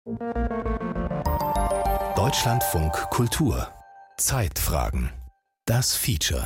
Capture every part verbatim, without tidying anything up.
Deutschlandfunk Kultur. Zeitfragen. Das Feature.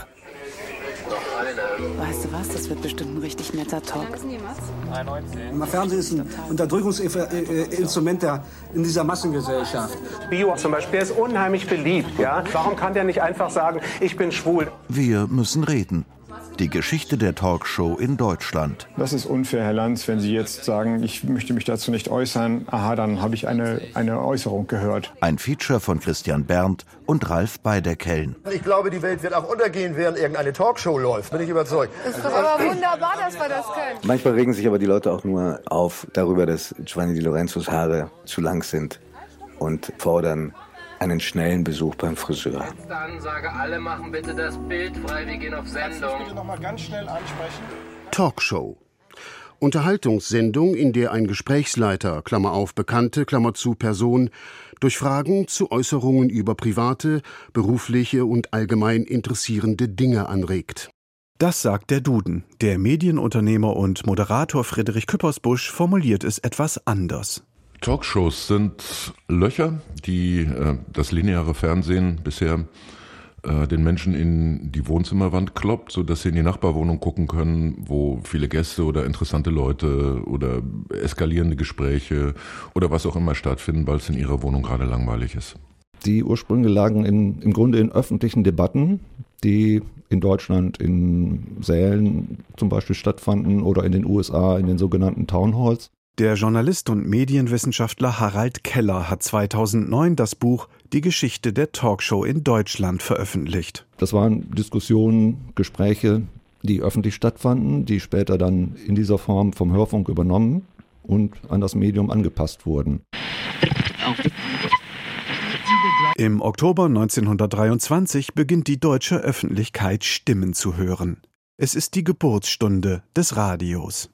Weißt du was, das wird bestimmt ein richtig netter Talk. Fernsehen ist ein Unterdrückungsinstrument in dieser Massengesellschaft. Bio zum Beispiel ist unheimlich beliebt. Ja? Warum kann der nicht einfach sagen, ich bin schwul? Wir müssen reden. Die Geschichte der Talkshow in Deutschland. Das ist unfair, Herr Lanz, wenn Sie jetzt sagen, ich möchte mich dazu nicht äußern. Aha, dann habe ich eine, eine Äußerung gehört. Ein Feature von Christian Berndt und Ralf Beiderkellen. Ich glaube, die Welt wird auch untergehen, während irgendeine Talkshow läuft. Bin ich überzeugt. Ist doch aber wunderbar, dass wir das können. Manchmal regen sich aber die Leute auch nur auf darüber, dass Giovanni Di Lorenzos Haare zu lang sind und fordern einen schnellen Besuch beim Friseur. Letzte Ansage, alle machen bitte das Bild frei, wir gehen auf Sendung. Bitte noch mal ganz schnell ansprechen. Talkshow. Unterhaltungssendung, in der ein Gesprächsleiter, Klammer auf Bekannte, Klammer zu Person, durch Fragen zu Äußerungen über private, berufliche und allgemein interessierende Dinge anregt. Das sagt der Duden. Der Medienunternehmer und Moderator Friedrich Küppersbusch formuliert es etwas anders. Talkshows sind Löcher, die äh, das lineare Fernsehen bisher äh, den Menschen in die Wohnzimmerwand kloppt, sodass sie in die Nachbarwohnung gucken können, wo viele Gäste oder interessante Leute oder eskalierende Gespräche oder was auch immer stattfinden, weil es in ihrer Wohnung gerade langweilig ist. Die Ursprünge lagen in, im Grunde in öffentlichen Debatten, die in Deutschland in Sälen zum Beispiel stattfanden oder in den U S A in den sogenannten Town Halls. Der Journalist und Medienwissenschaftler Harald Keller hat zweitausendneun das Buch Die Geschichte der Talkshow in Deutschland veröffentlicht. Das waren Diskussionen, Gespräche, die öffentlich stattfanden, die später dann in dieser Form vom Hörfunk übernommen und an das Medium angepasst wurden. Im Oktober neunzehnhundertdreiundzwanzig beginnt die deutsche Öffentlichkeit Stimmen zu hören. Es ist die Geburtsstunde des Radios.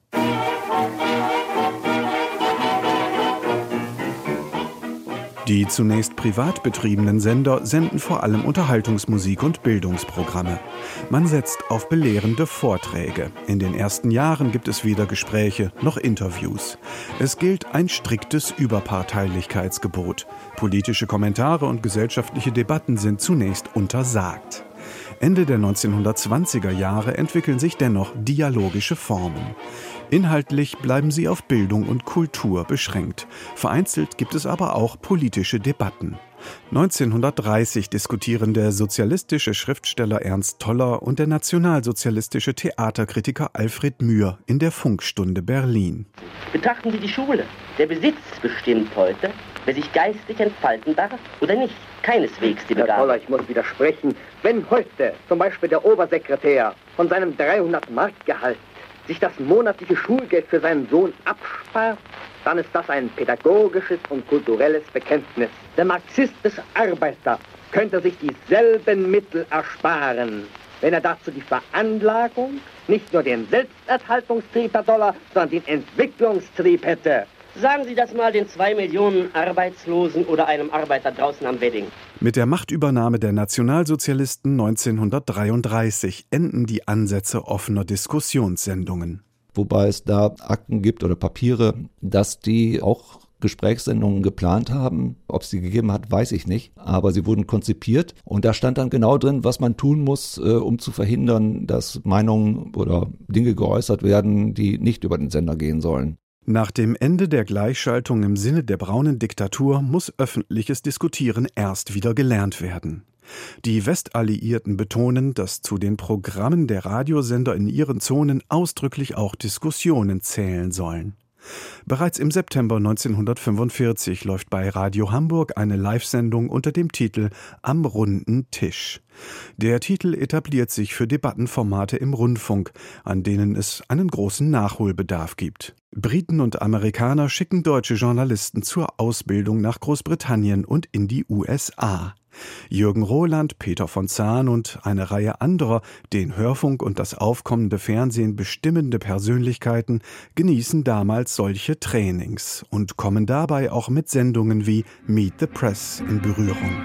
Die zunächst privat betriebenen Sender senden vor allem Unterhaltungsmusik und Bildungsprogramme. Man setzt auf belehrende Vorträge. In den ersten Jahren gibt es weder Gespräche noch Interviews. Es gilt ein striktes Überparteilichkeitsgebot. Politische Kommentare und gesellschaftliche Debatten sind zunächst untersagt. Ende der neunzehnhundertzwanziger Jahre entwickeln sich dennoch dialogische Formen. Inhaltlich bleiben sie auf Bildung und Kultur beschränkt. Vereinzelt gibt es aber auch politische Debatten. neunzehnhundertdreißig diskutieren der sozialistische Schriftsteller Ernst Toller und der nationalsozialistische Theaterkritiker Alfred Mühr in der Funkstunde Berlin. Betrachten Sie die Schule. Der Besitz bestimmt heute, wer sich geistig entfalten darf oder nicht. Keineswegs die Begabung. Herr Toller, ich muss widersprechen. Wenn heute zum Beispiel der Obersekretär von seinem dreihundert Mark Gehalt sich das monatliche Schulgeld für seinen Sohn abspart, dann ist das ein pädagogisches und kulturelles Bekenntnis. Der Marxist des Arbeiter könnte sich dieselben Mittel ersparen, wenn er dazu die Veranlagung, nicht nur den Selbsterhaltungstrieb, Herr Dollar, sondern den Entwicklungstrieb hätte. Sagen Sie das mal den zwei Millionen Arbeitslosen oder einem Arbeiter draußen am Wedding. Mit der Machtübernahme der Nationalsozialisten neunzehnhundertdreiunddreißig enden die Ansätze offener Diskussionssendungen. Wobei es da Akten gibt oder Papiere, dass die auch Gesprächssendungen geplant haben. Ob es die gegeben hat, weiß ich nicht. Aber sie wurden konzipiert und da stand dann genau drin, was man tun muss, äh, um zu verhindern, dass Meinungen oder Dinge geäußert werden, die nicht über den Sender gehen sollen. Nach dem Ende der Gleichschaltung im Sinne der braunen Diktatur muss öffentliches Diskutieren erst wieder gelernt werden. Die Westalliierten betonen, dass zu den Programmen der Radiosender in ihren Zonen ausdrücklich auch Diskussionen zählen sollen. Bereits im September neunzehnhundertfünfundvierzig läuft bei Radio Hamburg eine Live-Sendung unter dem Titel Am runden Tisch. Der Titel etabliert sich für Debattenformate im Rundfunk, an denen es einen großen Nachholbedarf gibt. Briten und Amerikaner schicken deutsche Journalisten zur Ausbildung nach Großbritannien und in die U S A. Jürgen Roland, Peter von Zahn und eine Reihe anderer, den Hörfunk und das aufkommende Fernsehen bestimmende Persönlichkeiten genießen damals solche Trainings und kommen dabei auch mit Sendungen wie Meet the Press in Berührung.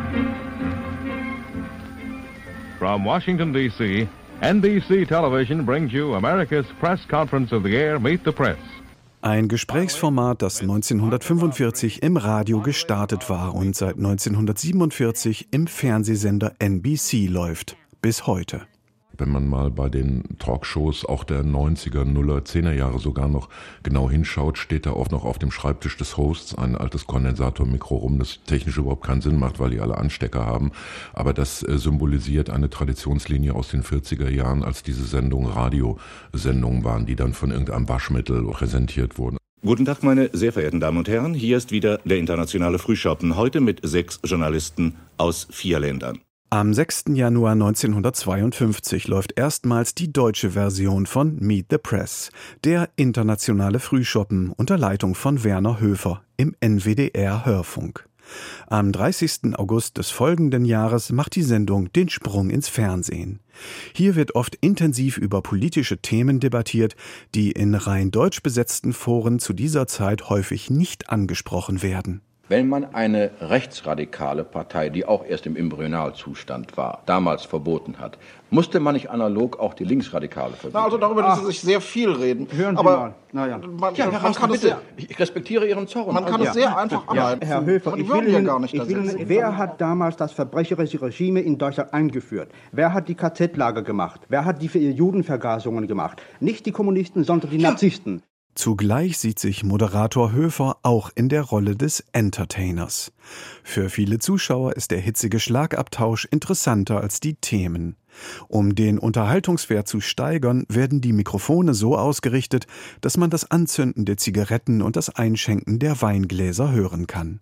From Washington, D C, N B C Television brings you America's press conference of the year, Meet the Press. Ein Gesprächsformat, das neunzehnhundertfünfundvierzig im Radio gestartet war und seit neunzehnhundertsiebenundvierzig im Fernsehsender N B C läuft. Bis heute. Wenn man mal bei den Talkshows auch der neunziger, Nuller, Zehner Jahre sogar noch genau hinschaut, steht da oft noch auf dem Schreibtisch des Hosts ein altes Kondensatormikro rum, das technisch überhaupt keinen Sinn macht, weil die alle Anstecker haben. Aber das äh, symbolisiert eine Traditionslinie aus den vierziger Jahren, als diese Sendungen Radiosendungen waren, die dann von irgendeinem Waschmittel präsentiert wurden. Guten Tag, meine sehr verehrten Damen und Herren. Hier ist wieder der internationale Frühschoppen, heute mit sechs Journalisten aus vier Ländern. Am sechsten Januar neunzehnhundertzweiundfünfzig läuft erstmals die deutsche Version von Meet the Press, der internationale Frühschoppen unter Leitung von Werner Höfer im N W D R-Hörfunk. Am dreißigsten August des folgenden Jahres macht die Sendung den Sprung ins Fernsehen. Hier wird oft intensiv über politische Themen debattiert, die in rein deutsch besetzten Foren zu dieser Zeit häufig nicht angesprochen werden. Wenn man eine rechtsradikale Partei, die auch erst im Embryonalzustand war, damals verboten hat, musste man nicht analog auch die Linksradikale verbieten? Na, also darüber ließe sich sehr viel reden. Hören Sie aber mal. Naja. Man, ja, Herr man kann bitte. sehr, ich respektiere Ihren Zorn. Man kann also, es sehr ja. einfach ja. anhalten. Herr Höfer, man ich will will Ihnen, gar nicht ich will Ihnen, wer hat damals das verbrecherische Regime in Deutschland eingeführt? Wer hat die K Z-Lager gemacht? Wer hat die Judenvergasungen gemacht? Nicht die Kommunisten, sondern die Narzissten. Zugleich sieht sich Moderator Höfer auch in der Rolle des Entertainers. Für viele Zuschauer ist der hitzige Schlagabtausch interessanter als die Themen. Um den Unterhaltungswert zu steigern, werden die Mikrofone so ausgerichtet, dass man das Anzünden der Zigaretten und das Einschenken der Weingläser hören kann.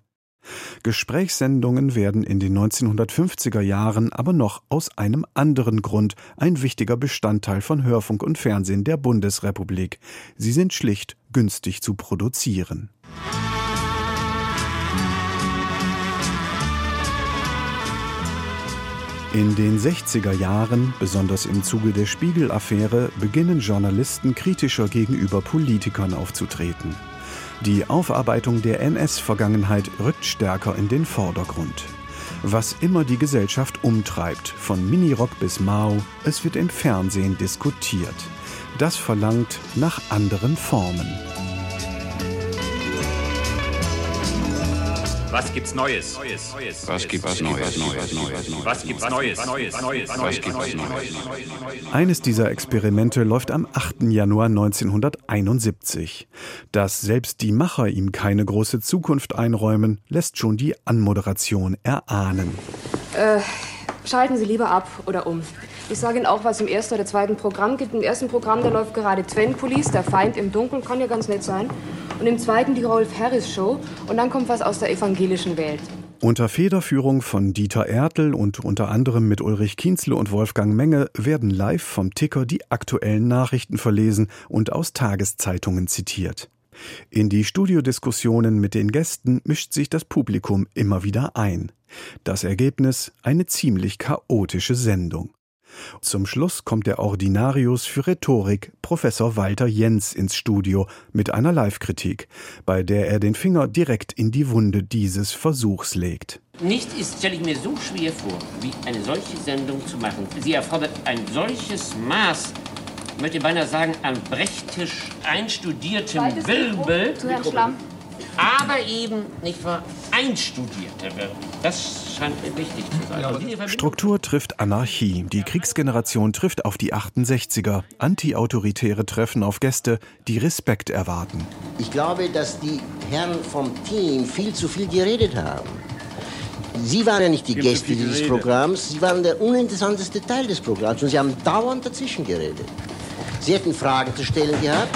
Gesprächssendungen werden in den neunzehnhundertfünfziger Jahren aber noch aus einem anderen Grund ein wichtiger Bestandteil von Hörfunk und Fernsehen der Bundesrepublik. Sie sind schlicht günstig zu produzieren. In den sechziger Jahren, besonders im Zuge der Spiegel-Affäre, beginnen Journalisten kritischer gegenüber Politikern aufzutreten. Die Aufarbeitung der N S-Vergangenheit rückt stärker in den Vordergrund. Was immer die Gesellschaft umtreibt, von Minirock bis Mao, es wird im Fernsehen diskutiert. Das verlangt nach anderen Formen. Was gibt's Neues? Was gibt's Neues? Was gibt's Neues? Was gibt's Neues? Eines dieser Experimente läuft am achten Januar neunzehnhunderteinundsiebzig. Dass selbst die Macher ihm keine große Zukunft einräumen, lässt schon die Anmoderation erahnen. Äh, schalten Sie lieber ab oder um. Ich sage Ihnen auch, was im ersten oder zweiten Programm gibt. Im ersten Programm, da läuft gerade Twen Police, der Feind im Dunkeln, kann ja ganz nett sein. Und im zweiten die Rolf Harris Show. Und dann kommt was aus der evangelischen Welt. Unter Federführung von Dieter Ertl und unter anderem mit Ulrich Kienzle und Wolfgang Menge werden live vom Ticker die aktuellen Nachrichten verlesen und aus Tageszeitungen zitiert. In die Studiodiskussionen mit den Gästen mischt sich das Publikum immer wieder ein. Das Ergebnis: eine ziemlich chaotische Sendung. Zum Schluss kommt der Ordinarius für Rhetorik, Professor Walter Jens, ins Studio mit einer Live-Kritik, bei der er den Finger direkt in die Wunde dieses Versuchs legt. Nichts ist, stelle ich mir so schwer vor, wie eine solche Sendung zu machen. Sie erfordert ein solches Maß, ich möchte beinahe sagen, an brechtisch einstudiertem Wirbel. Zu Herrn Schlamm. Aber eben, nicht wahr, einstudierter Wirbel. Das scheint mir wichtig zu sein. Struktur trifft Anarchie. Die Kriegsgeneration trifft auf die achtundsechziger. Antiautoritäre treffen auf Gäste, die Respekt erwarten. Ich glaube, dass die Herren vom Team viel zu viel geredet haben. Sie waren ja nicht die Gäste dieses Programms, Sie waren der uninteressanteste Teil des Programms und Sie haben dauernd dazwischen geredet. Sie hätten Fragen zu stellen gehabt.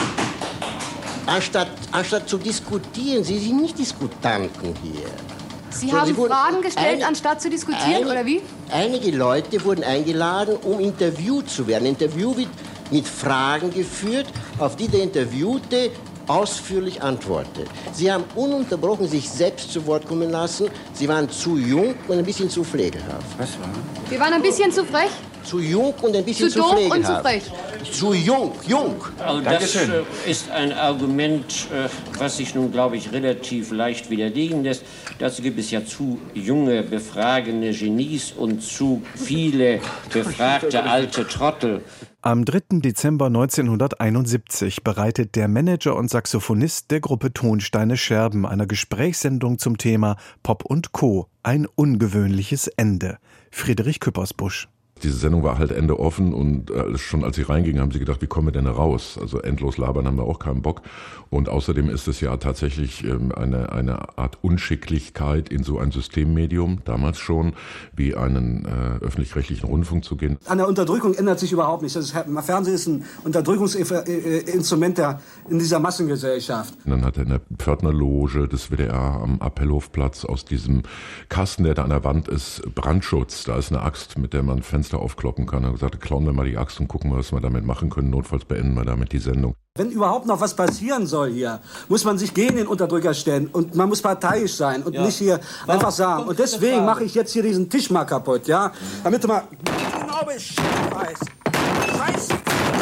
Anstatt, anstatt zu diskutieren, Sie sind nicht Diskutanten hier. Sie so, haben Sie Fragen gestellt, ein, anstatt zu diskutieren, ein, oder wie? Einige Leute wurden eingeladen, um interviewt zu werden. Ein Interview wird mit Fragen geführt, auf die der Interviewte ausführlich antwortet. Sie haben ununterbrochen sich selbst zu Wort kommen lassen. Sie waren zu jung und ein bisschen zu pflegehaft. Was war? Wir waren ein bisschen zu frech. Zu jung und ein bisschen zu zu, zu pflegehaft. und zu frech. Zu jung, jung. Also das äh, ist ein Argument, äh, was sich nun, glaube ich, relativ leicht widerlegen lässt. Dazu gibt es ja zu junge, befragende Genies und zu viele befragte alte Trottel. Am dritten Dezember neunzehnhunderteinundsiebzig bereitet der Manager und Saxophonist der Gruppe Tonsteine Scherben einer Gesprächssendung zum Thema Pop und Co. ein ungewöhnliches Ende. Friedrich Küppersbusch. Diese Sendung war halt Ende offen und äh, schon als sie reingingen, haben sie gedacht, wie kommen wir denn da raus? Also endlos labern haben wir auch keinen Bock. Und außerdem ist es ja tatsächlich ähm, eine, eine Art Unschicklichkeit in so ein Systemmedium, damals schon, wie einen äh, öffentlich-rechtlichen Rundfunk zu gehen. An der Unterdrückung ändert sich überhaupt nichts. Das ist, Fernsehen ist ein Unterdrückungsinstrument der, in dieser Massengesellschaft. Und dann hat er in der Pförtnerloge des W D R am Appellhofplatz aus diesem Kasten, der da an der Wand ist, Brandschutz. Da ist eine Axt, mit der man Fenster aufkloppen kann. Er hat gesagt, klauen wir mal die Axt und gucken, was wir damit machen können. Notfalls beenden wir damit die Sendung. Wenn überhaupt noch was passieren soll hier, muss man sich gegen den Unterdrücker stellen und man muss parteiisch sein und ja. nicht hier War einfach sagen. Und deswegen mache ich jetzt hier diesen Tisch mal kaputt, ja? Damit du mal genau Bescheid weißt. Scheiße!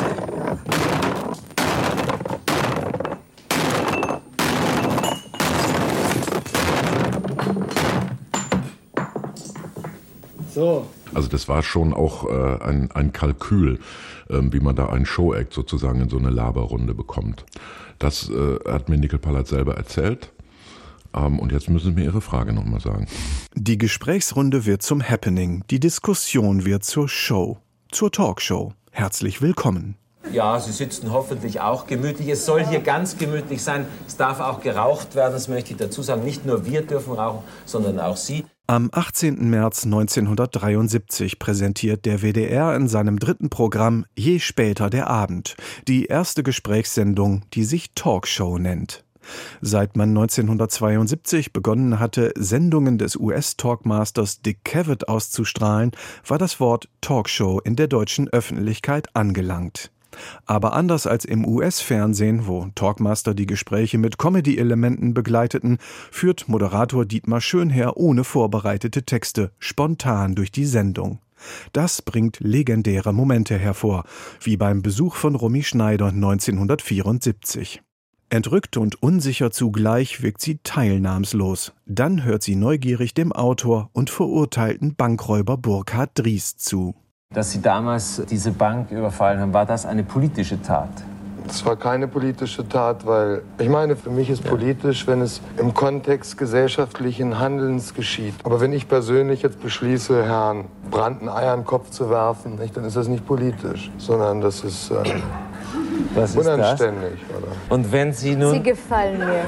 So. Also das war schon auch äh, ein, ein Kalkül, äh, wie man da einen Show-Act sozusagen in so eine Laberrunde bekommt. Das äh, hat mir Nickel Pallat selber erzählt. Ähm, und jetzt müssen Sie mir Ihre Frage nochmal sagen. Die Gesprächsrunde wird zum Happening, die Diskussion wird zur Show, zur Talkshow. Herzlich willkommen. Ja, Sie sitzen hoffentlich auch gemütlich. Es soll hier ganz gemütlich sein. Es darf auch geraucht werden, das möchte ich dazu sagen. Nicht nur wir dürfen rauchen, sondern auch Sie. Am achtzehnten März neunzehnhundertdreiundsiebzig präsentiert der W D R in seinem dritten Programm Je später der Abend die erste Gesprächssendung, die sich Talkshow nennt. Seit man neunzehnhundertzweiundsiebzig begonnen hatte, Sendungen des U S-Talkmasters Dick Cavett auszustrahlen, war das Wort Talkshow in der deutschen Öffentlichkeit angelangt. Aber anders als im U S-Fernsehen, wo Talkmaster die Gespräche mit Comedy-Elementen begleiteten, führt Moderator Dietmar Schönherr ohne vorbereitete Texte spontan durch die Sendung. Das bringt legendäre Momente hervor, wie beim Besuch von Romy Schneider neunzehnhundertvierundsiebzig. Entrückt und unsicher zugleich wirkt sie teilnahmslos. Dann hört sie neugierig dem Autor und verurteilten Bankräuber Burkhard Driest zu. Dass Sie damals diese Bank überfallen haben, war das eine politische Tat? Es war keine politische Tat, weil ich meine, für mich ist politisch, wenn es im Kontext gesellschaftlichen Handelns geschieht. Aber wenn ich persönlich jetzt beschließe, Herrn Brandt ein Ei an den Kopf zu werfen, nicht, dann ist das nicht politisch, sondern das ist, äh, Was ist unanständig. Das? Oder? Und wenn Sie nun... Sie gefallen mir.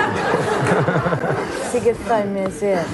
Sie gefallen mir sehr.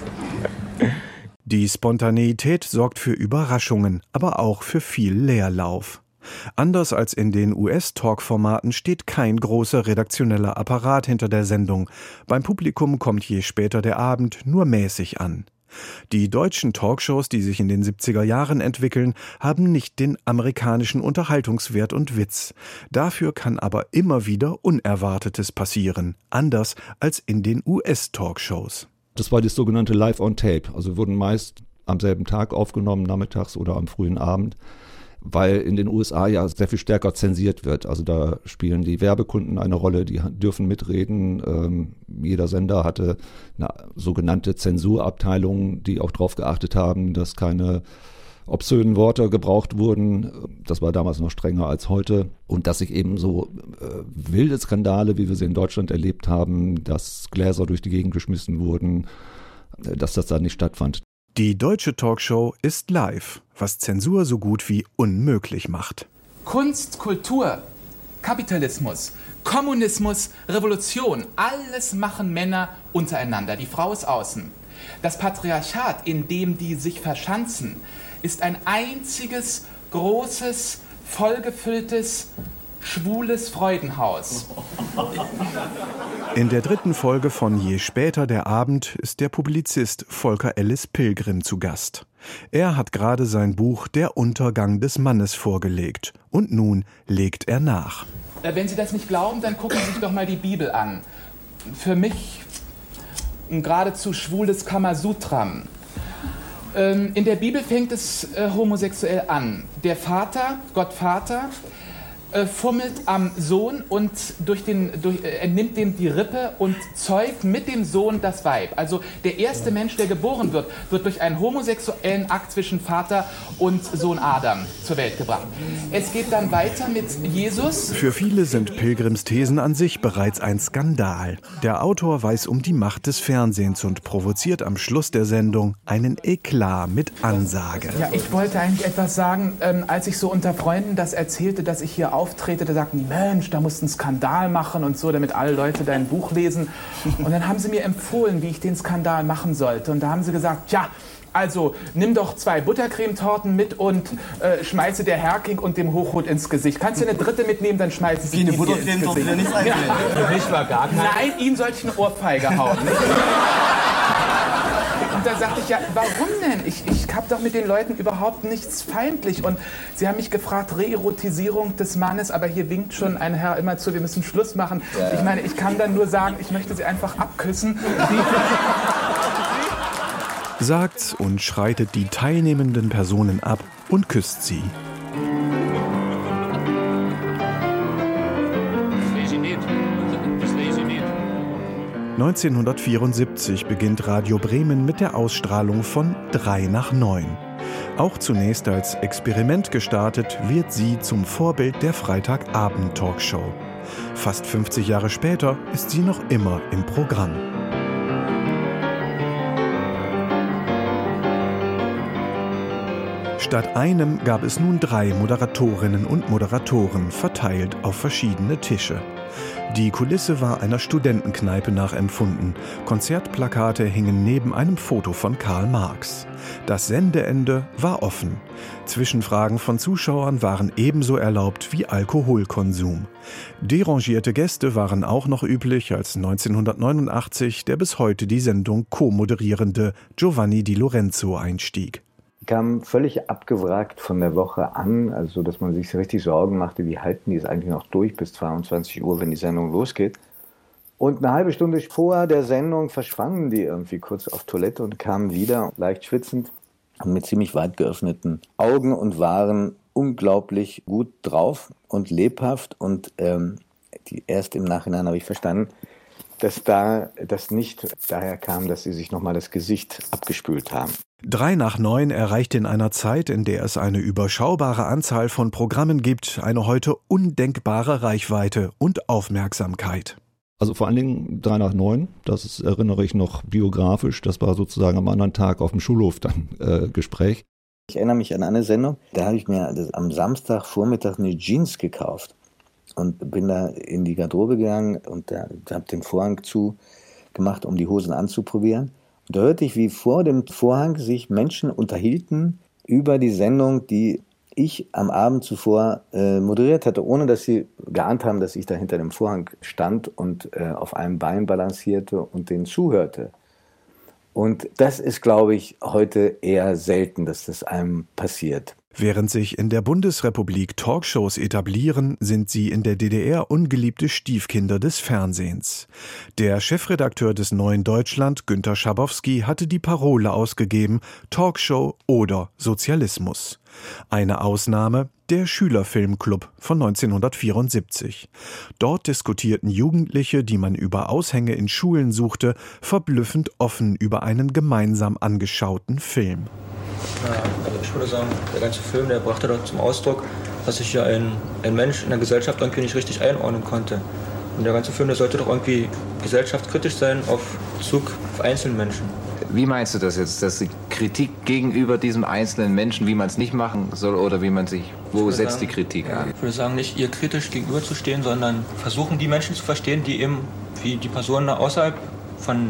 Die Spontaneität sorgt für Überraschungen, aber auch für viel Leerlauf. Anders als in den U S-Talk-Formaten steht kein großer redaktioneller Apparat hinter der Sendung. Beim Publikum kommt je später der Abend nur mäßig an. Die deutschen Talkshows, die sich in den siebziger Jahren entwickeln, haben nicht den amerikanischen Unterhaltungswert und Witz. Dafür kann aber immer wieder Unerwartetes passieren, anders als in den U S-Talkshows. Das war das sogenannte Live on Tape, also wurden meist am selben Tag aufgenommen, nachmittags oder am frühen Abend, weil in den U S A ja sehr viel stärker zensiert wird. Also da spielen die Werbekunden eine Rolle, die dürfen mitreden. Ähm, jeder Sender hatte eine sogenannte Zensurabteilung, die auch darauf geachtet haben, dass keine obszönen Worte gebraucht wurden. Das war damals noch strenger als heute. Und dass sich eben so äh, wilde Skandale, wie wir sie in Deutschland erlebt haben, dass Gläser durch die Gegend geschmissen wurden, äh, dass das da nicht stattfand. Die deutsche Talkshow ist live, was Zensur so gut wie unmöglich macht. Kunst, Kultur, Kapitalismus, Kommunismus, Revolution, alles machen Männer untereinander. Die Frau ist außen. Das Patriarchat, in dem die sich verschanzen, ist ein einziges, großes, vollgefülltes, schwules Freudenhaus. In der dritten Folge von Je später der Abend ist der Publizist Volker Ellis Pilgrim zu Gast. Er hat gerade sein Buch Der Untergang des Mannes vorgelegt. Und nun legt er nach. Wenn Sie das nicht glauben, dann gucken Sie sich doch mal die Bibel an. Für mich ein geradezu schwules Kamasutra. Ähm, in der Bibel fängt es äh, homosexuell an. Der Vater, Gott Vater, äh, fummelt am Sohn und durch den, durch, äh, entnimmt dem die Rippe und zeugt mit dem Sohn das Weib. Also der erste Mensch, der geboren wird, wird durch einen homosexuellen Akt zwischen Vater und Sohn Adam zur Welt gebracht. Es geht dann weiter mit Jesus. Für viele sind Pilgrims Thesen an sich bereits ein Skandal. Der Autor weiß um die Macht des Fernsehens und provoziert am Schluss der Sendung einen Eklat mit Ansage. Ja, ich wollte eigentlich etwas sagen, ähm, als ich so unter Freunden das erzählte, dass ich hier auftrete, da sagten die, Mensch, da musst du einen Skandal machen und so, damit alle Leute dein Buch lesen. Und dann haben sie mir empfohlen, wie ich den Skandal machen sollte. Und da haben sie gesagt, ja, also nimm doch zwei Buttercremetorten mit und äh, schmeiße der Herking und dem Hochhut ins Gesicht. Kannst du eine dritte mitnehmen, dann schmeißen sie die ins Gesicht. Nicht ja. Für war gar kein Nein, ihm sollte ich eine Ohrfeige hauen. Und da sagte ich, ja, warum denn? Ich, ich habe doch mit den Leuten überhaupt nichts feindlich. Und sie haben mich gefragt, Reerotisierung des Mannes, aber hier winkt schon ein Herr immer zu, wir müssen Schluss machen. Ja. Ich meine, ich kann dann nur sagen, ich möchte sie einfach abküssen. Sagt's und schreitet die teilnehmenden Personen ab und küsst sie. neunzehnhundertvierundsiebzig beginnt Radio Bremen mit der Ausstrahlung von drei nach neun. Auch zunächst als Experiment gestartet, wird sie zum Vorbild der Freitagabend-Talkshow. Fast fünfzig Jahre später ist sie noch immer im Programm. Statt einem gab es nun drei Moderatorinnen und Moderatoren, verteilt auf verschiedene Tische. Die Kulisse war einer Studentenkneipe nachempfunden. Konzertplakate hingen neben einem Foto von Karl Marx. Das Sendeende war offen. Zwischenfragen von Zuschauern waren ebenso erlaubt wie Alkoholkonsum. Derangierte Gäste waren auch noch üblich, als neunzehnhundertneunundachtzig der bis heute die Sendung co-moderierende Giovanni Di Lorenzo einstieg. Kam völlig abgewrackt von der Woche an, also dass man sich richtig Sorgen machte, wie halten die es eigentlich noch durch bis zweiundzwanzig Uhr, wenn die Sendung losgeht. Und eine halbe Stunde vor der Sendung verschwanden die irgendwie kurz auf Toilette und kamen wieder, leicht schwitzend und mit ziemlich weit geöffneten Augen und waren unglaublich gut drauf und lebhaft. Und ähm, die, erst im Nachhinein habe ich verstanden, dass da das nicht daher kam, dass sie sich nochmal das Gesicht abgespült haben. Drei nach neun erreicht in einer Zeit, in der es eine überschaubare Anzahl von Programmen gibt, eine heute undenkbare Reichweite und Aufmerksamkeit. Also vor allen Dingen drei nach neun, das ist, erinnere ich noch biografisch, das war sozusagen am anderen Tag auf dem Schulhof dann äh, Gespräch. Ich erinnere mich an eine Sendung, da habe ich mir das, am Samstagvormittag eine Jeans gekauft und bin da in die Garderobe gegangen und da, habe den Vorhang zugemacht, um die Hosen anzuprobieren. Und da hörte ich, wie vor dem Vorhang sich Menschen unterhielten über die Sendung, die ich am Abend zuvor äh, moderiert hatte, ohne dass sie geahnt haben, dass ich da hinter dem Vorhang stand und äh, auf einem Bein balancierte und denen zuhörte. Und das ist, glaube ich, heute eher selten, dass das einem passiert. Während sich in der Bundesrepublik Talkshows etablieren, sind sie in der D D R ungeliebte Stiefkinder des Fernsehens. Der Chefredakteur des Neuen Deutschland, Günter Schabowski, hatte die Parole ausgegeben: Talkshow oder Sozialismus. Eine Ausnahme, der Schülerfilmclub von neunzehnhundertvierundsiebzig. Dort diskutierten Jugendliche, die man über Aushänge in Schulen suchte, verblüffend offen über einen gemeinsam angeschauten Film. Ja, also ich würde sagen, der ganze Film, der brachte dort zum Ausdruck, dass sich hier ein, ein Mensch in der Gesellschaft irgendwie nicht richtig einordnen konnte. Und der ganze Film, der sollte doch irgendwie gesellschaftskritisch sein auf Bezug auf einzelne Menschen. Wie meinst du das jetzt, dass die Kritik gegenüber diesem einzelnen Menschen, wie man es nicht machen soll oder wie man sich, wo setzt sagen, die Kritik an? Ich würde sagen, nicht ihr kritisch gegenüberzustehen, sondern versuchen, die Menschen zu verstehen, die eben, wie die Personen außerhalb von,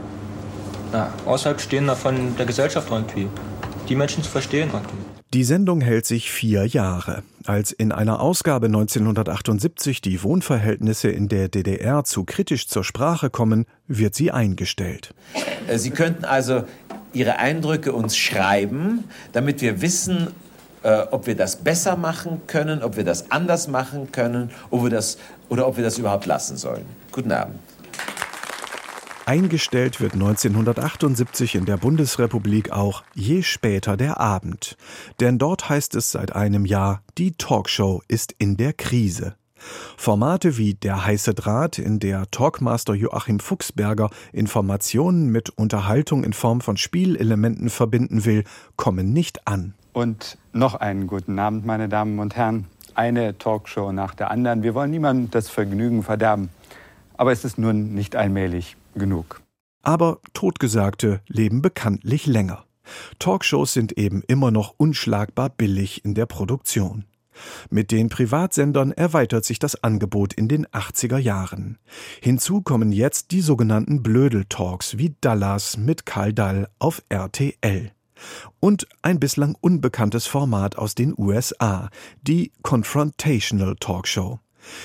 na, außerhalb stehen von der Gesellschaft irgendwie. Die Menschen zu verstehen. Die Sendung hält sich vier Jahre. Als in einer Ausgabe neunzehnhundertachtundsiebzig die Wohnverhältnisse in der D D R zu kritisch zur Sprache kommen, wird sie eingestellt. Sie könnten also Ihre Eindrücke uns schreiben, damit wir wissen, äh, ob wir das besser machen können, ob wir das anders machen können, ob wir das, oder ob wir das überhaupt lassen sollen. Guten Abend. Eingestellt wird neunzehnhundertachtundsiebzig in der Bundesrepublik auch Je später der Abend. Denn dort heißt es seit einem Jahr, die Talkshow ist in der Krise. Formate wie Der heiße Draht, in der Talkmaster Joachim Fuchsberger Informationen mit Unterhaltung in Form von Spielelementen verbinden will, kommen nicht an. Und noch einen guten Abend, meine Damen und Herren. Eine Talkshow nach der anderen. Wir wollen niemandem das Vergnügen verderben. Aber es ist nun nicht allmählich genug. Aber Totgesagte leben bekanntlich länger. Talkshows sind eben immer noch unschlagbar billig in der Produktion. Mit den Privatsendern erweitert sich das Angebot in den achtziger Jahren. Hinzu kommen jetzt die sogenannten Blödel-Talks wie Dallas mit Karl Dall auf R T L. Und ein bislang unbekanntes Format aus den U S A, die Confrontational Talkshow.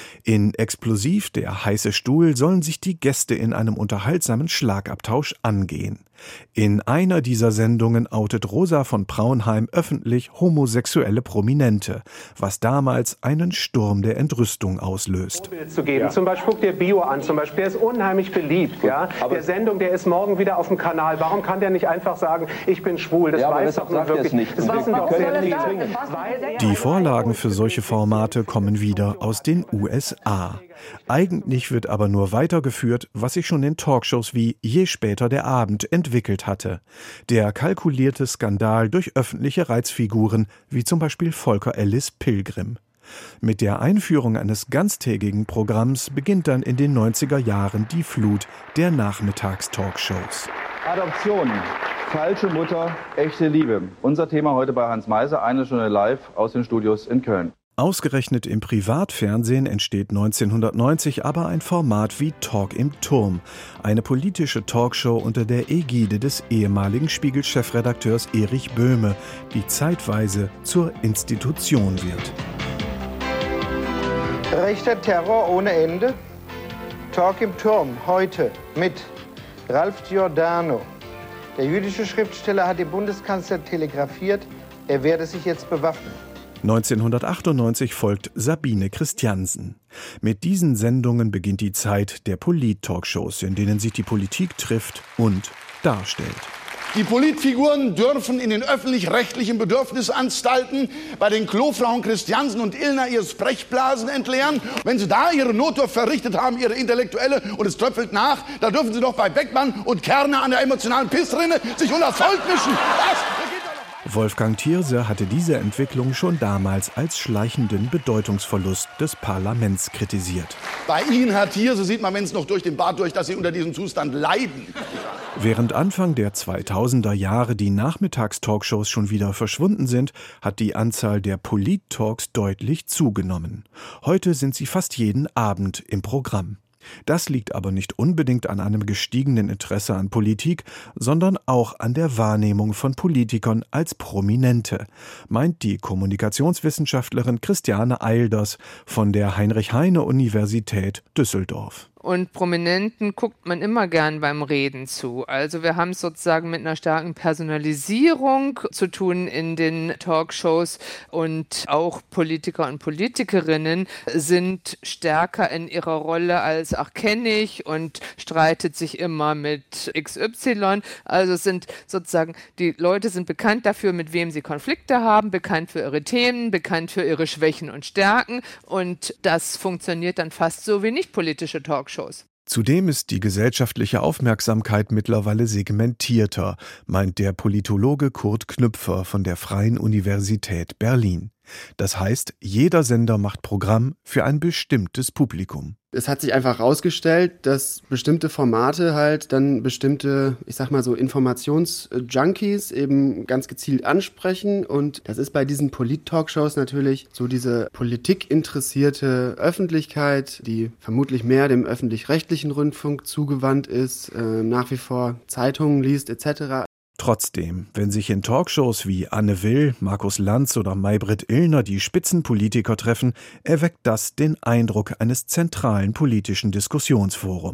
In Explosiv, der heiße Stuhl, sollen sich die Gäste in einem unterhaltsamen Schlagabtausch angehen. In einer dieser Sendungen outet Rosa von Praunheim öffentlich homosexuelle Prominente, was damals einen Sturm der Entrüstung auslöst. Zu geben. Ja. Zum Beispiel guck dir Bio an, zum Beispiel, der ist unheimlich beliebt. Ja? Der Sendung, der ist morgen wieder auf dem Kanal. Warum kann der nicht einfach sagen, ich bin schwul? Das ja, weiß doch nur wirklich nicht. Das wissen doch sehr viele. Die Vorlagen für solche Formate kommen wieder aus den U S A. Eigentlich wird aber nur weitergeführt, was sich schon in Talkshows wie Je später der Abend entwickelt hatte. Der kalkulierte Skandal durch öffentliche Reizfiguren, wie zum Beispiel Volker Ellis Pilgrim. Mit der Einführung eines ganztägigen Programms beginnt dann in den neunziger Jahren die Flut der Nachmittagstalkshows. Adoption, falsche Mutter, echte Liebe. Unser Thema heute bei Hans Meiser, eine Stunde live aus den Studios in Köln. Ausgerechnet im Privatfernsehen entsteht neunzehnhundertneunzig aber ein Format wie Talk im Turm, eine politische Talkshow unter der Ägide des ehemaligen Spiegel-Chefredakteurs Erich Böhme, die zeitweise zur Institution wird. Rechter Terror ohne Ende. Talk im Turm heute mit Ralph Giordano. Der jüdische Schriftsteller hat dem Bundeskanzler telegrafiert, er werde sich jetzt bewaffnen. neunzehnhundertachtundneunzig folgt Sabine Christiansen. Mit diesen Sendungen beginnt die Zeit der Polit-Talkshows, in denen sich die Politik trifft und darstellt. Die Politfiguren dürfen in den öffentlich-rechtlichen Bedürfnisanstalten bei den Klofrauen Christiansen und Illner ihre Sprechblasen entleeren. Wenn sie da ihre Notdurft verrichtet haben, ihre Intellektuelle, und es tröpfelt nach, da dürfen sie doch bei Beckmann und Kerner an der emotionalen Pissrinne sich unter Volk mischen. Das Wolfgang Thierse hatte diese Entwicklung schon damals als schleichenden Bedeutungsverlust des Parlaments kritisiert. Bei Ihnen, Herr Thierse, sieht man, wenn es noch durch den Bart durch, dass Sie unter diesem Zustand leiden. Während Anfang der zweitausender Jahre die Nachmittagstalkshows schon wieder verschwunden sind, hat die Anzahl der Polit-Talks deutlich zugenommen. Heute sind sie fast jeden Abend im Programm. Das liegt aber nicht unbedingt an einem gestiegenen Interesse an Politik, sondern auch an der Wahrnehmung von Politikern als Prominente, meint die Kommunikationswissenschaftlerin Christiane Eilders von der Heinrich-Heine-Universität Düsseldorf. Und Prominenten guckt man immer gern beim Reden zu. Also wir haben es sozusagen mit einer starken Personalisierung zu tun in den Talkshows und auch Politiker und Politikerinnen sind stärker in ihrer Rolle als ach kenne ich und streitet sich immer mit X Y. Also sind sozusagen, die Leute sind bekannt dafür, mit wem sie Konflikte haben, bekannt für ihre Themen, bekannt für ihre Schwächen und Stärken und das funktioniert dann fast so wie nicht politische Talkshows. Zudem ist die gesellschaftliche Aufmerksamkeit mittlerweile segmentierter, meint der Politologe Kurt Knüpfer von der Freien Universität Berlin. Das heißt, jeder Sender macht Programm für ein bestimmtes Publikum. Es hat sich einfach herausgestellt, dass bestimmte Formate halt dann bestimmte, ich sag mal so, Informationsjunkies eben ganz gezielt ansprechen. Und das ist bei diesen Polit-Talkshows natürlich so diese politikinteressierte Öffentlichkeit, die vermutlich mehr dem öffentlich-rechtlichen Rundfunk zugewandt ist, äh, nach wie vor Zeitungen liest et cetera. Trotzdem, wenn sich in Talkshows wie Anne Will, Markus Lanz oder Maybrit Illner die Spitzenpolitiker treffen, erweckt das den Eindruck eines zentralen politischen Diskussionsforums.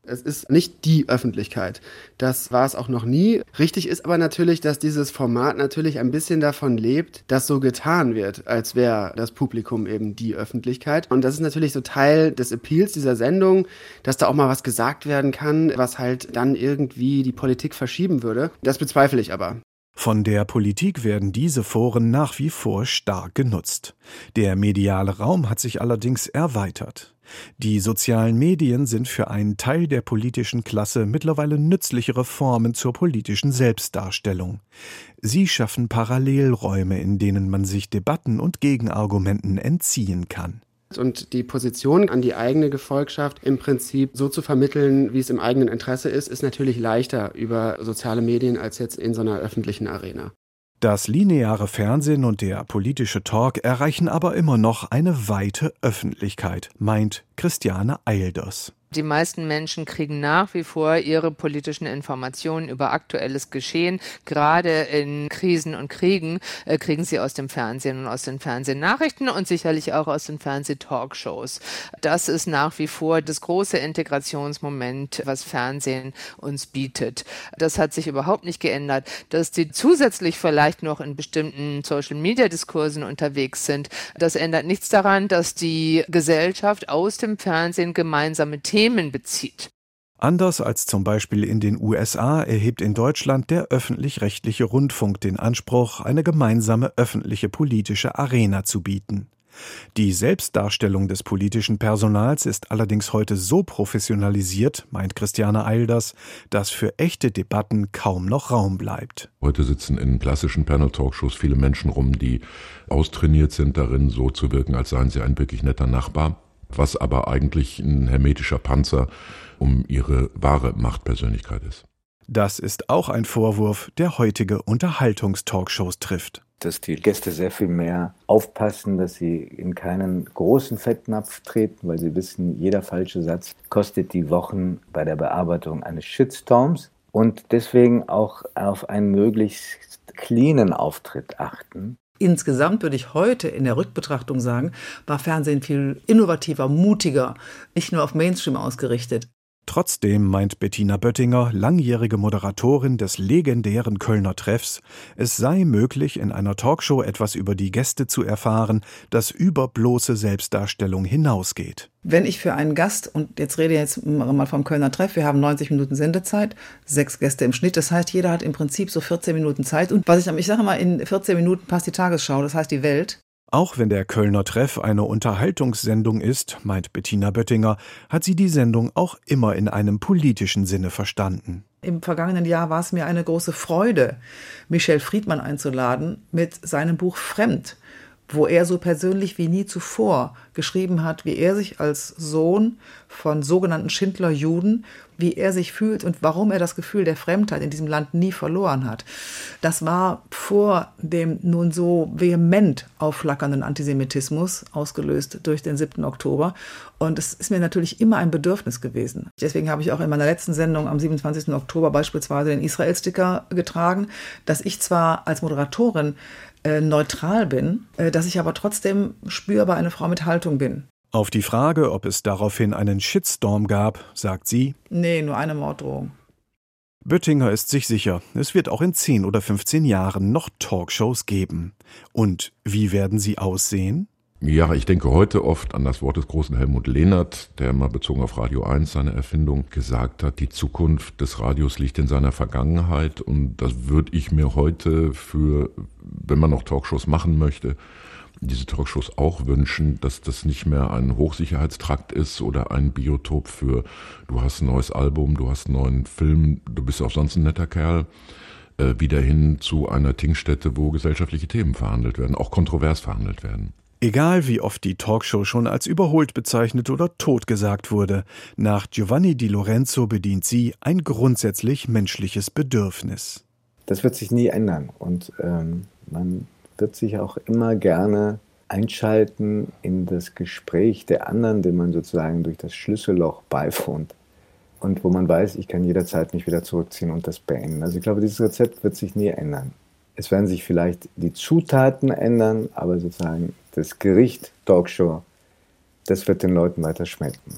Es ist nicht die Öffentlichkeit. Das war es auch noch nie. Richtig ist aber natürlich, dass dieses Format natürlich ein bisschen davon lebt, dass so getan wird, als wäre das Publikum eben die Öffentlichkeit. Und das ist natürlich so Teil des Appeals dieser Sendung, dass da auch mal was gesagt werden kann, was halt dann irgendwie die Politik verschieben würde. Das bezweifle ich aber. Von der Politik werden diese Foren nach wie vor stark genutzt. Der mediale Raum hat sich allerdings erweitert. Die sozialen Medien sind für einen Teil der politischen Klasse mittlerweile nützlichere Formen zur politischen Selbstdarstellung. Sie schaffen Parallelräume, in denen man sich Debatten und Gegenargumenten entziehen kann. Und die Position an die eigene Gefolgschaft im Prinzip so zu vermitteln, wie es im eigenen Interesse ist, ist natürlich leichter über soziale Medien als jetzt in so einer öffentlichen Arena. Das lineare Fernsehen und der politische Talk erreichen aber immer noch eine weite Öffentlichkeit, meint Christiane Eilders. Die meisten Menschen kriegen nach wie vor ihre politischen Informationen über aktuelles Geschehen. Gerade in Krisen und Kriegen äh, kriegen sie aus dem Fernsehen und aus den Fernsehnachrichten und sicherlich auch aus den Fernseh-Talkshows. Das ist nach wie vor das große Integrationsmoment, was Fernsehen uns bietet. Das hat sich überhaupt nicht geändert. Dass die zusätzlich vielleicht noch in bestimmten Social-Media-Diskursen unterwegs sind, das ändert nichts daran, dass die Gesellschaft aus dem Fernsehen gemeinsame Themen bezieht. Anders als zum Beispiel in den U S A erhebt in Deutschland der öffentlich-rechtliche Rundfunk den Anspruch, eine gemeinsame öffentliche politische Arena zu bieten. Die Selbstdarstellung des politischen Personals ist allerdings heute so professionalisiert, meint Christiane Eilders, dass für echte Debatten kaum noch Raum bleibt. Heute sitzen in klassischen Panel-Talkshows viele Menschen rum, die austrainiert sind darin, so zu wirken, als seien sie ein wirklich netter Nachbar, was aber eigentlich ein hermetischer Panzer um ihre wahre Machtpersönlichkeit ist. Das ist auch ein Vorwurf, der heutige Unterhaltungstalkshows trifft. Dass die Gäste sehr viel mehr aufpassen, dass sie in keinen großen Fettnapf treten, weil sie wissen, jeder falsche Satz kostet die Wochen bei der Bearbeitung eines Shitstorms und deswegen auch auf einen möglichst cleanen Auftritt achten. Insgesamt würde ich heute in der Rückbetrachtung sagen, war Fernsehen viel innovativer, mutiger, nicht nur auf Mainstream ausgerichtet. Trotzdem meint Bettina Böttinger, langjährige Moderatorin des legendären Kölner Treffs, es sei möglich, in einer Talkshow etwas über die Gäste zu erfahren, das über bloße Selbstdarstellung hinausgeht. Wenn ich für einen Gast, und jetzt rede ich jetzt mal vom Kölner Treff, wir haben neunzig Minuten Sendezeit, sechs Gäste im Schnitt, das heißt, jeder hat im Prinzip so vierzehn Minuten Zeit. Und was ich, ich sage mal, in vierzehn Minuten passt die Tagesschau, das heißt die Welt. Auch wenn der Kölner Treff eine Unterhaltungssendung ist, meint Bettina Böttinger, hat sie die Sendung auch immer in einem politischen Sinne verstanden. Im vergangenen Jahr war es mir eine große Freude, Michel Friedmann einzuladen mit seinem Buch Fremd, wo er so persönlich wie nie zuvor geschrieben hat, wie er sich als Sohn von sogenannten Schindler-Juden, wie er sich fühlt und warum er das Gefühl der Fremdheit in diesem Land nie verloren hat. Das war vor dem nun so vehement aufflackernden Antisemitismus, ausgelöst durch den siebten Oktober. Und es ist mir natürlich immer ein Bedürfnis gewesen. Deswegen habe ich auch in meiner letzten Sendung am siebenundzwanzigsten Oktober beispielsweise den Israel-Sticker getragen, dass ich zwar als Moderatorin äh, neutral bin, äh, dass ich aber trotzdem spürbar eine Frau mit Haltung bin. Auf die Frage, ob es daraufhin einen Shitstorm gab, sagt sie: Nee, nur eine Morddrohung. Böttinger ist sich sicher, es wird auch in zehn oder fünfzehn Jahren noch Talkshows geben. Und wie werden sie aussehen? Ja, ich denke heute oft an das Wort des großen Helmut Lehnert, der mal bezogen auf Radio eins, seine Erfindung, gesagt hat, die Zukunft des Radios liegt in seiner Vergangenheit. Und das würde ich mir heute für, wenn man noch Talkshows machen möchte, diese Talkshows auch wünschen, dass das nicht mehr ein Hochsicherheitstrakt ist oder ein Biotop für, du hast ein neues Album, du hast einen neuen Film, du bist auch sonst ein netter Kerl, äh, wieder hin zu einer Tingstätte, wo gesellschaftliche Themen verhandelt werden, auch kontrovers verhandelt werden. Egal wie oft die Talkshow schon als überholt bezeichnet oder totgesagt wurde, nach Giovanni Di Lorenzo bedient sie ein grundsätzlich menschliches Bedürfnis. Das wird sich nie ändern und ähm, man wird sich auch immer gerne einschalten in das Gespräch der anderen, dem man sozusagen durch das Schlüsselloch beiwohnt und wo man weiß, ich kann jederzeit mich wieder zurückziehen und das beenden. Also ich glaube, dieses Rezept wird sich nie ändern. Es werden sich vielleicht die Zutaten ändern, aber sozusagen das Gericht Talkshow, das wird den Leuten weiter schmecken.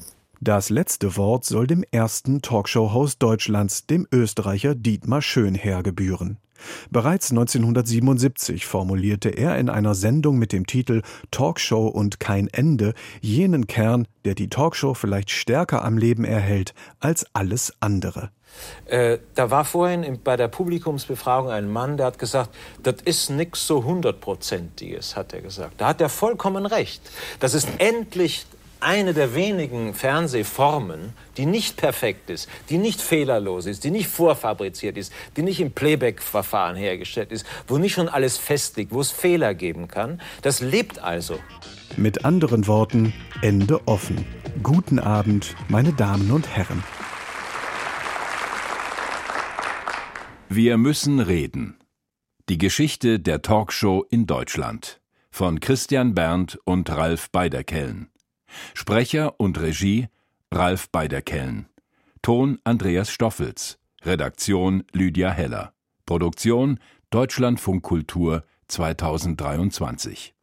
Das letzte Wort soll dem ersten Talkshow-Host Deutschlands, dem Österreicher Dietmar Schönherr, gebühren. Bereits neunzehnhundertsiebenundsiebzig formulierte er in einer Sendung mit dem Titel »Talkshow und kein Ende« jenen Kern, der die Talkshow vielleicht stärker am Leben erhält als alles andere. Äh, da war vorhin in, bei der Publikumsbefragung ein Mann, der hat gesagt, das ist nichts so hundertprozentiges, hat er gesagt. Da hat er vollkommen recht. Das ist endlich eine der wenigen Fernsehformen, die nicht perfekt ist, die nicht fehlerlos ist, die nicht vorfabriziert ist, die nicht im Playback-Verfahren hergestellt ist, wo nicht schon alles festliegt, wo es Fehler geben kann. Das lebt also. Mit anderen Worten, Ende offen. Guten Abend, meine Damen und Herren. Wir müssen reden. Die Geschichte der Talkshow in Deutschland. Von Christian Berndt und Ralf Beiderkellen. Sprecher und Regie Ralf Beiderkellen. Ton Andreas Stoffels. Redaktion Lydia Heller. Produktion Deutschlandfunk Kultur zweitausenddreiundzwanzig.